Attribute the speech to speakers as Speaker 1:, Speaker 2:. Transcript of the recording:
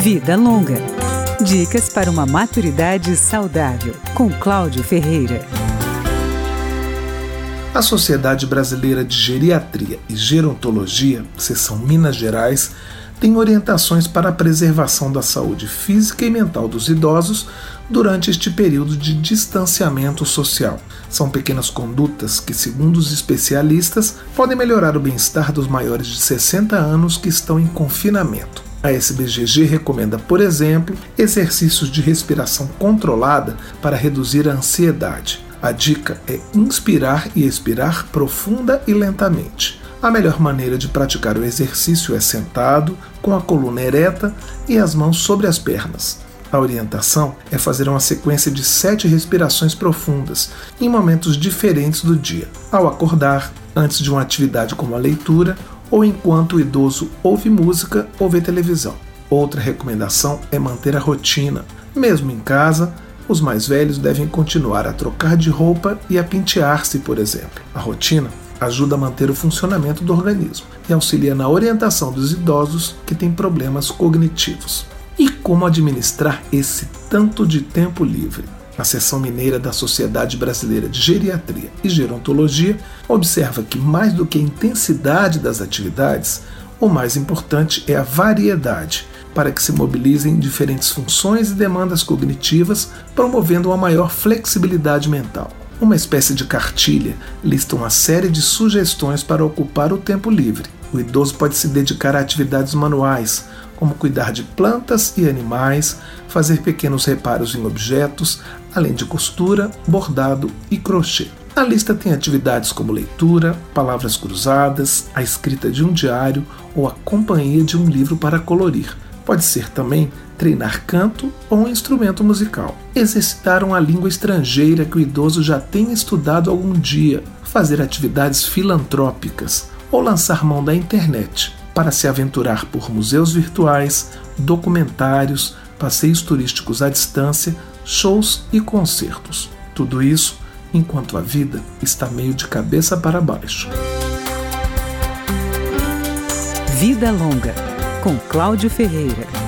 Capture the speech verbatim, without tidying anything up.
Speaker 1: Vida Longa. Dicas para uma maturidade saudável, com Cláudio Ferreira.
Speaker 2: A Sociedade Brasileira de Geriatria e Gerontologia, seção Minas Gerais, tem orientações para a preservação da saúde física e mental dos idosos durante este período de distanciamento social. São pequenas condutas que, segundo os especialistas, podem melhorar o bem-estar dos maiores de sessenta anos que estão em confinamento. A S B G G recomenda, por exemplo, exercícios de respiração controlada para reduzir a ansiedade. A dica é inspirar e expirar profunda e lentamente. A melhor maneira de praticar o exercício é sentado, com a coluna ereta e as mãos sobre as pernas. A orientação é fazer uma sequência de sete respirações profundas, em momentos diferentes do dia, ao acordar, antes de uma atividade como a leitura, ou enquanto o idoso ouve música ou vê televisão. Outra recomendação é manter a rotina. Mesmo em casa, os mais velhos devem continuar a trocar de roupa e a pentear-se, por exemplo. A rotina ajuda a manter o funcionamento do organismo e auxilia na orientação dos idosos que têm problemas cognitivos. E como administrar esse tanto de tempo livre? A seção mineira da Sociedade Brasileira de Geriatria e Gerontologia observa que, mais do que a intensidade das atividades, o mais importante é a variedade, para que se mobilizem diferentes funções e demandas cognitivas, promovendo uma maior flexibilidade mental. Uma espécie de cartilha lista uma série de sugestões para ocupar o tempo livre. O idoso pode se dedicar a atividades manuais, como cuidar de plantas e animais, fazer pequenos reparos em objetos, além de costura, bordado e crochê. A lista tem atividades como leitura, palavras cruzadas, a escrita de um diário ou a companhia de um livro para colorir. Pode ser também treinar canto ou um instrumento musical. Exercitar uma língua estrangeira que o idoso já tenha estudado algum dia. Fazer atividades filantrópicas ou lançar mão da internet para se aventurar por museus virtuais, documentários, passeios turísticos à distância, shows e concertos. Tudo isso enquanto a vida está meio de cabeça para baixo.
Speaker 1: Vida Longa, com Cláudio Ferreira.